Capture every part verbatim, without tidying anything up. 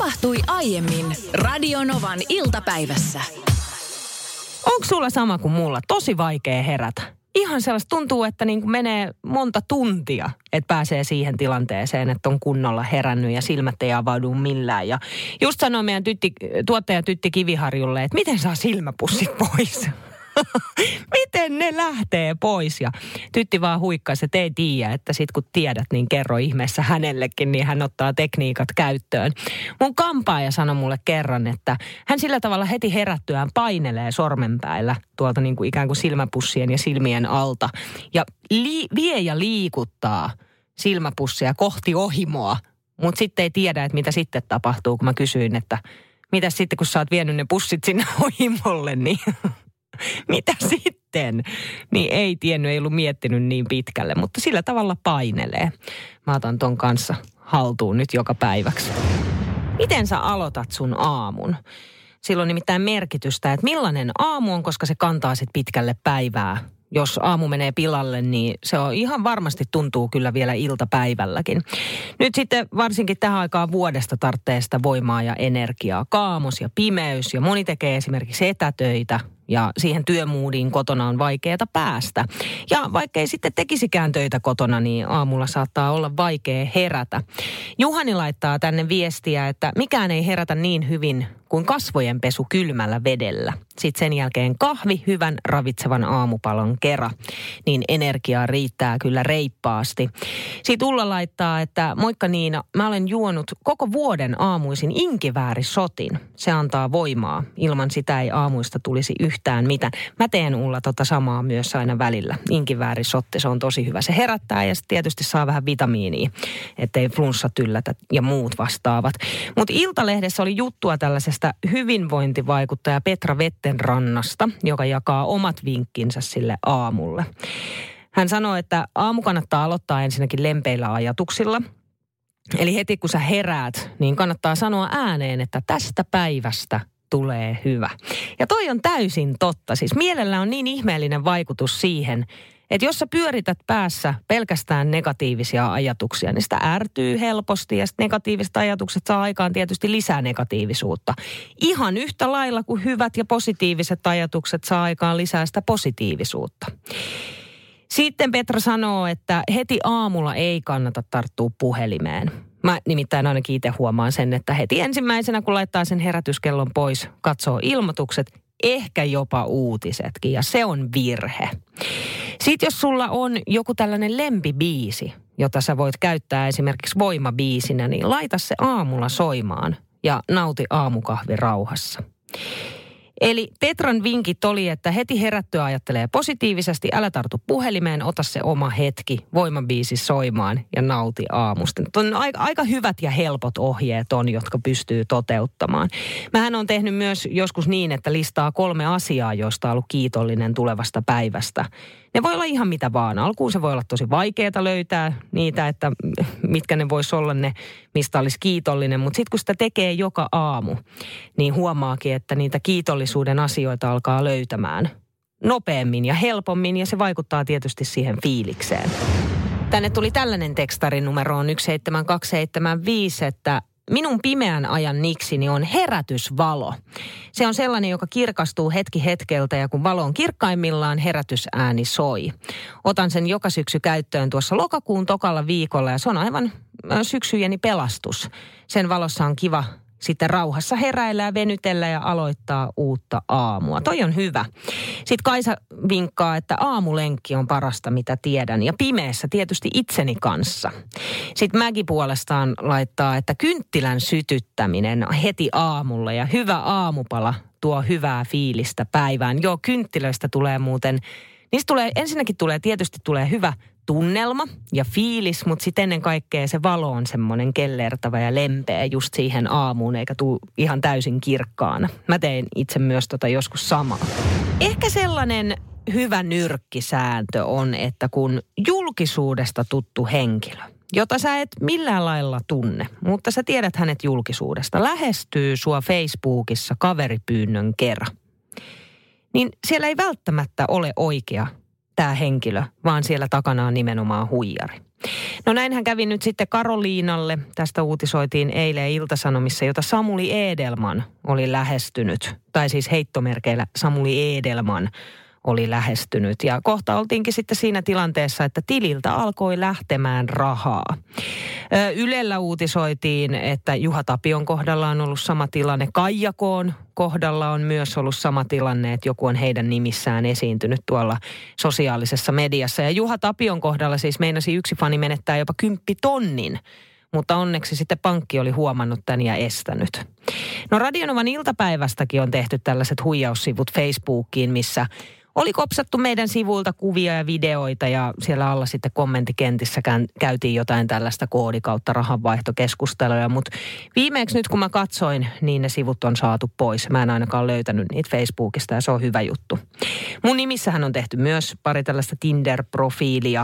tapahtui aiemmin Radionovan iltapäivässä. Onko sulla sama kuin mulla? Tosi vaikea herätä. Ihan sellaista tuntuu, että niin kuin menee monta tuntia, että pääsee siihen tilanteeseen, että on kunnolla herännyt ja silmät ei avaudu millään. Ja just sanoi meidän tytti, tuottaja Tytti Kiviharjulle, että miten saa silmäpussit pois? Miten ne lähtee pois? Ja Tytti vaan huikkasi, että ei tiedä, että sit kun tiedät, niin kerro ihmeessä hänellekin, niin hän ottaa tekniikat käyttöön. Mun kampaaja sanoi mulle kerran, että hän sillä tavalla heti herättyään painelee sormenpäillä tuolta niin kuin ikään kuin silmäpussien ja silmien alta. Ja li- vie ja liikuttaa silmäpussia kohti ohimoa, mutta sitten ei tiedä, että mitä sitten tapahtuu, kun mä kysyin, että mitä sitten, kun sä oot vienyt ne pussit sinne ohimolle, niin mitä sitten? Niin ei tiennyt, ei ollut miettinyt niin pitkälle, mutta sillä tavalla painelee. Mä otan ton kanssa haltuun nyt joka päiväksi. Miten sä aloitat sun aamun? Sillä on nimittäin merkitystä, että millainen aamu on, koska se kantaa sit pitkälle päivää. Jos aamu menee pilalle, niin se on ihan varmasti tuntuu kyllä vielä iltapäivälläkin. Nyt sitten varsinkin tähän aikaan vuodesta tarvitsee sitä voimaa ja energiaa. Kaamos ja pimeys ja moni tekee esimerkiksi etätöitä. Ja siihen työmoodiin kotona on vaikeaa päästä. Ja vaikka ei sitten tekisikään töitä kotona, niin aamulla saattaa olla vaikea herätä. Juhani laittaa tänne viestiä, että mikään ei herätä niin hyvin kuin kasvojenpesu kylmällä vedellä. Sitten sen jälkeen kahvi hyvän ravitsevan aamupalon kera. Niin energiaa riittää kyllä reippaasti. Sitten Ulla laittaa, että moikka Niina, mä olen juonut koko vuoden aamuisin inkiväärisotin. Se antaa voimaa. Ilman sitä ei aamuista tulisi yhtään mitään. Mä teen Ulla tota samaa myös aina välillä. Inkiväärisotti, se on tosi hyvä. Se herättää ja tietysti saa vähän vitamiinia, ettei flunssat yllätä ja muut vastaavat. Mutta Iltalehdessä oli juttua tällaisesta hyvinvointivaikuttaja Petra Vettenrannasta, joka jakaa omat vinkkinsä sille aamulle. Hän sanoo, että aamu kannattaa aloittaa ensinnäkin lempeillä ajatuksilla. Eli heti kun sä heräät, niin kannattaa sanoa ääneen, että tästä päivästä tulee hyvä. Ja toi on täysin totta. Siis mielellä on niin ihmeellinen vaikutus siihen, että jos sä pyörität päässä pelkästään negatiivisia ajatuksia, niin sitä ärtyy helposti ja sitten negatiiviset ajatukset saa aikaan tietysti lisää negatiivisuutta. Ihan yhtä lailla kuin hyvät ja positiiviset ajatukset saa aikaan lisää sitä positiivisuutta. Sitten Petra sanoo, että heti aamulla ei kannata tarttua puhelimeen. Mä nimittäin ainakin itse huomaan sen, että heti ensimmäisenä kun laittaa sen herätyskellon pois, katsoo ilmoitukset, ehkä jopa uutisetkin ja se on virhe. Sitten jos sulla on joku tällainen lempibiisi, jota sä voit käyttää esimerkiksi voimabiisinä, niin laita se aamulla soimaan ja nauti aamukahvi rauhassa. Eli Petran vinkit oli, että heti herättyä ajattelee positiivisesti, älä tartu puhelimeen, ota se oma hetki, voimabiisi soimaan ja nauti aamusta. On aika, aika hyvät ja helpot ohjeet on, jotka pystyy toteuttamaan. Mähän on tehnyt myös joskus niin, että listaa kolme asiaa, joista on ollut kiitollinen tulevasta päivästä. Ne voi olla ihan mitä vaan. Alkuun se voi olla tosi vaikeaa löytää niitä, että mitkä ne vois olla ne, mistä olisi kiitollinen. Mutta sitten kun sitä tekee joka aamu, niin huomaakin, että niitä kiitollisuuden asioita alkaa löytämään nopeammin ja helpommin. Ja se vaikuttaa tietysti siihen fiilikseen. Tänne tuli tällainen tekstari numeroon yksi seitsemän kaksi seitsemän viisi, että minun pimeän ajan niksini on herätysvalo. Se on sellainen, joka kirkastuu hetki hetkeltä ja kun valo on kirkkaimmillaan, herätysääni soi. Otan sen joka syksy käyttöön tuossa lokakuun tokalla viikolla ja se on aivan syksyjeni pelastus. Sen valossa on kiva sitten rauhassa heräillä ja venytellä ja aloittaa uutta aamua. Toi on hyvä. Sitten Kaisa vinkkaa, että aamulenkki on parasta, mitä tiedän. Ja pimeässä tietysti itseni kanssa. Sitten Mäki puolestaan laittaa, että kynttilän sytyttäminen heti aamulla ja hyvä aamupala tuo hyvää fiilistä päivään. Joo, kynttilöistä tulee muuten, niistä tulee, ensinnäkin tulee, tietysti tulee hyvä tunnelma ja fiilis, mutta sitten ennen kaikkea se valo on semmoinen kellertävä ja lempeä just siihen aamuun, eikä tule ihan täysin kirkkaana. Mä tein itse myös tota joskus samaa. Ehkä sellainen hyvä nyrkkisääntö on, että kun julkisuudesta tuttu henkilö, jota sä et millään lailla tunne, mutta sä tiedät hänet julkisuudesta, lähestyy sua Facebookissa kaveripyynnön kerran, niin siellä ei välttämättä ole oikea tämä henkilö, vaan siellä takana on nimenomaan huijari. No näinhän kävi nyt sitten Karoliinalle. Tästä uutisoitiin eilen Ilta-Sanomissa, jota Samuli Edelman oli lähestynyt. Tai siis heittomerkeillä Samuli Edelman oli lähestynyt. Ja kohta oltiinkin sitten siinä tilanteessa, että tililtä alkoi lähtemään rahaa. Ylellä uutisoitiin, että Juha Tapion kohdalla on ollut sama tilanne. Kaija K:n kohdalla on myös ollut sama tilanne, että joku on heidän nimissään esiintynyt tuolla sosiaalisessa mediassa. Ja Juha Tapion kohdalla siis meinasi yksi fani menettää jopa kymppitonnin. Mutta onneksi sitten pankki oli huomannut tämän ja estänyt. No Radionovan iltapäivästäkin on tehty tällaiset huijaussivut Facebookiin, missä oli kopsattu meidän sivuilta kuvia ja videoita ja siellä alla sitten kommenttikentissä käytiin jotain tällaista koodi kautta rahanvaihtokeskustelua. Mutta viimeeksi nyt kun mä katsoin, niin ne sivut on saatu pois. Mä en ainakaan löytänyt niitä Facebookista ja se on hyvä juttu. Mun nimissähän on tehty myös pari tällaista Tinder-profiilia.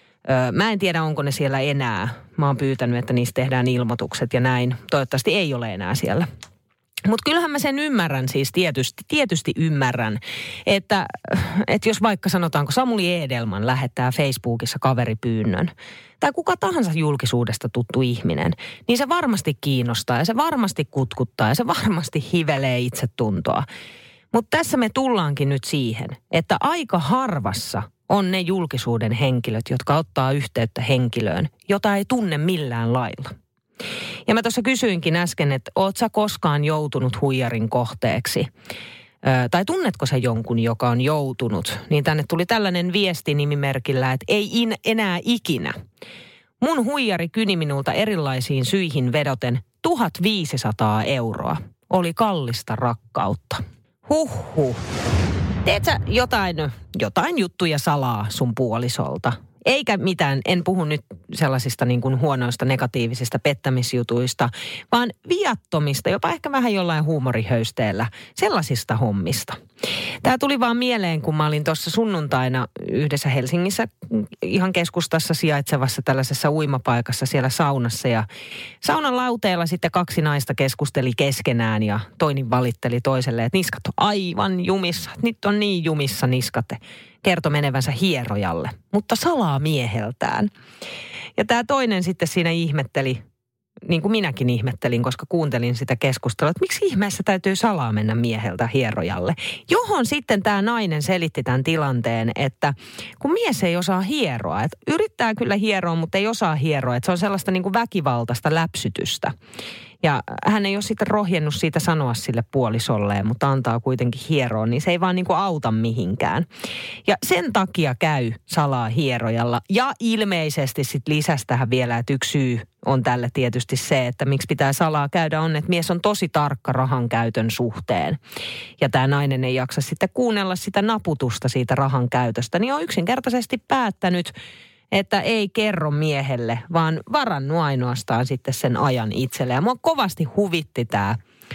Mä en tiedä, onko ne siellä enää. Mä oon pyytänyt, että niistä tehdään ilmoitukset ja näin. Toivottavasti ei ole enää siellä. Mutta kyllähän mä sen ymmärrän siis tietysti, tietysti ymmärrän, että, että jos vaikka sanotaanko Samuli Edelman lähettää Facebookissa kaveripyynnön tai kuka tahansa julkisuudesta tuttu ihminen, niin se varmasti kiinnostaa ja se varmasti kutkuttaa ja se varmasti hivelee itsetuntoa. Mutta tässä me tullaankin nyt siihen, että aika harvassa on ne julkisuuden henkilöt, jotka ottaa yhteyttä henkilöön, jota ei tunne millään lailla. Ja mä tuossa kysyinkin äsken, että oot sä koskaan joutunut huijarin kohteeksi? Ö, tai tunnetko sä jonkun, joka on joutunut? Niin tänne tuli tällainen viesti nimimerkillä, että ei in, enää ikinä. Mun huijari kyni minulta erilaisiin syihin vedoten tuhatviisisataa euroa. Oli kallista rakkautta. Huhhuh. Teet sä jotain, jotain juttuja salaa sun puolisolta? Eikä mitään, en puhu nyt sellaisista niin kuin huonoista negatiivisista pettämisjutuista, vaan viattomista, jopa ehkä vähän jollain huumorihöysteellä, sellaisista hommista. Tämä tuli vaan mieleen, kun mä olin tuossa sunnuntaina yhdessä Helsingissä ihan keskustassa sijaitsevassa tällaisessa uimapaikassa siellä saunassa. Ja saunan lauteella sitten kaksi naista keskusteli keskenään ja toinen valitteli toiselle, että niskat on aivan jumissa. Nyt on niin jumissa niskat. Kertoi menevänsä hierojalle, mutta salaa mieheltään. Ja tämä toinen sitten siinä ihmetteli, niin kuin minäkin ihmettelin, koska kuuntelin sitä keskustelua, että miksi ihmeessä täytyy salaa mennä mieheltä hierojalle. Johon sitten tämä nainen selitti tämän tilanteen, että kun mies ei osaa hieroa, että yrittää kyllä hieroa, mutta ei osaa hieroa, että se on sellaista niin kuin väkivaltaista läpsytystä. Ja hän ei ole sitten rohjennut siitä sanoa sille puolisolleen, mutta antaa kuitenkin hieroa, niin se ei vaan niin kuin auta mihinkään. Ja sen takia käy salaa hierojalla. Ja ilmeisesti sitten lisäsi tähän vielä, että yksi syy on tälle tietysti se, että miksi pitää salaa käydä on, että mies on tosi tarkka rahan käytön suhteen. Ja tämä nainen ei jaksa sitten kuunnella sitä naputusta siitä rahan käytöstä, niin on yksinkertaisesti päättänyt, että ei kerro miehelle, vaan varannut ainoastaan sitten sen ajan itselle. Ja mua kovasti huvitti tämä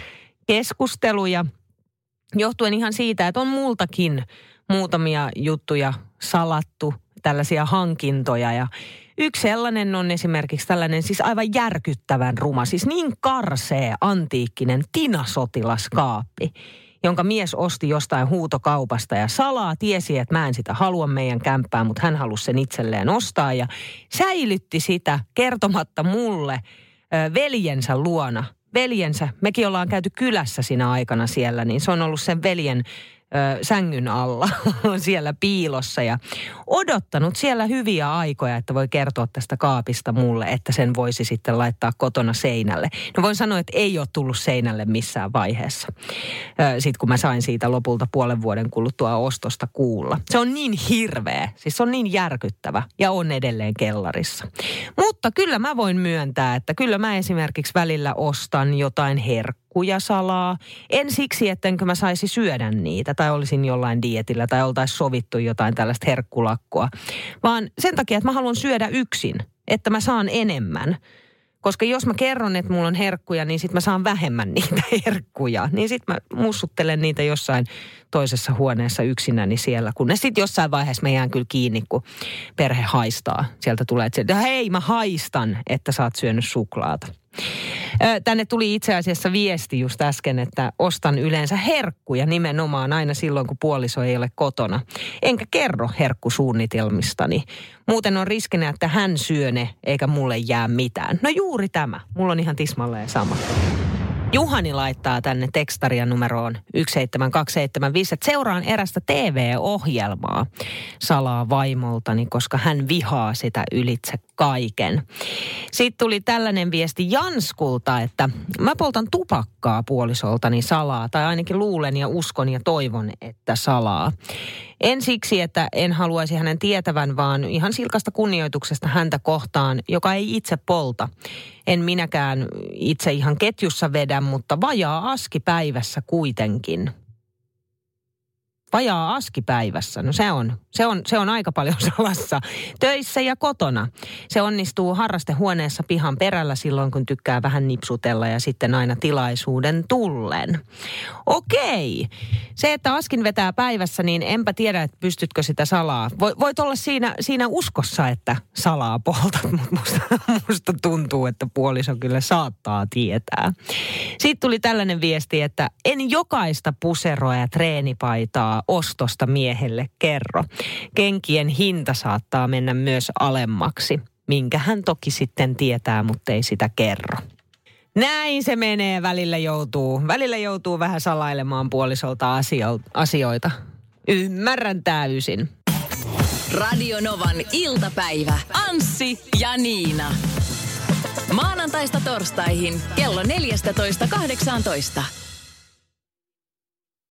keskustelu ja johtuen ihan siitä, että on multakin muutamia juttuja salattu, tällaisia hankintoja. Ja yksi sellainen on esimerkiksi tällainen siis aivan järkyttävän ruma, siis niin karsee antiikkinen tinasotilaskaappi, jonka mies osti jostain huutokaupasta ja salaa tiesi, että mä en sitä halua meidän kämppään, mutta hän halusi sen itselleen ostaa ja säilytti sitä kertomatta mulle ö, veljensä luona. Veljensä, mekin ollaan käyty kylässä siinä aikana siellä, niin se on ollut sen veljen ö, sängyn alla siellä piilossa ja odottanut siellä hyviä aikoja, että voi kertoa tästä kaapista mulle, että sen voisi sitten laittaa kotona seinälle. No voin sanoa, että ei ole tullut seinälle missään vaiheessa. Sitten kun mä sain siitä lopulta puolen vuoden kuluttua ostosta kuulla. Se on niin hirveä, siis se on niin järkyttävä ja on edelleen kellarissa. Mutta kyllä mä voin myöntää, että kyllä mä esimerkiksi välillä ostan jotain herkkuja salaa. En siksi, ettenkö mä saisi syödä niitä tai olisin jollain dietillä tai oltaisiin sovittu jotain tällaista herkkulakkoa. Vaan sen takia, että mä haluan syödä yksin, että mä saan enemmän. Koska jos mä kerron, että mulla on herkkuja, niin sit mä saan vähemmän niitä herkkuja. Niin sit mä mussuttelen niitä jossain toisessa huoneessa yksinäni siellä. Kunnes sit jossain vaiheessa mä jään kyllä kiinni, kun perhe haistaa. Sieltä tulee, että hei mä haistan, että sä oot syönyt suklaata. Tänne tuli itse asiassa viesti just äsken, että ostan yleensä herkkuja nimenomaan aina silloin, kun puoliso ei ole kotona. Enkä kerro herkkusuunnitelmistani. Muuten on riskinä, että hän syö ne, eikä mulle jää mitään. No juuri tämä. Mulla on ihan tismalleen sama. Juhani laittaa tänne tekstaria numeroon yksi seitsemän kaksi seitsemän viisi, että seuraan erästä T V-ohjelmaa salaa vaimoltani, koska hän vihaa sitä ylitse kaiken. Sitten tuli tällainen viesti Janskulta, että mä poltan tupakkaa puolisoltani salaa, tai ainakin luulen ja uskon ja toivon, että salaa. En siksi, että en haluaisi hänen tietävän, vaan ihan silkasta kunnioituksesta häntä kohtaan, joka ei itse polta. En minäkään itse ihan ketjussa vedä, mutta vajaa aski päivässä kuitenkin. Vajaa aski päivässä, no se on, se on, se on aika paljon salassa. Töissä ja kotona. Se onnistuu harrastehuoneessa pihan perällä silloin, kun tykkää vähän nipsutella ja sitten aina tilaisuuden tullen. Okei. Se, että askin vetää päivässä, niin enpä tiedä, että pystytkö sitä salaa. Voit olla siinä, siinä uskossa, että salaa poltat, mutta musta, musta tuntuu, että puoliso kyllä saattaa tietää. Sitten tuli tällainen viesti, että en jokaista puseroa ja treenipaitaa ostosta miehelle kerro. Kenkien hinta saattaa mennä myös alemmaksi, minkä hän toki sitten tietää, mutta ei sitä kerro. Näin se menee. Välillä joutuu, välillä joutuu vähän salailemaan puolisolta asio- asioita. Ymmärrän täysin. Radio Novan iltapäivä. Anssi ja Niina. Maanantaista torstaihin kello neljätoista kahdeksantoista.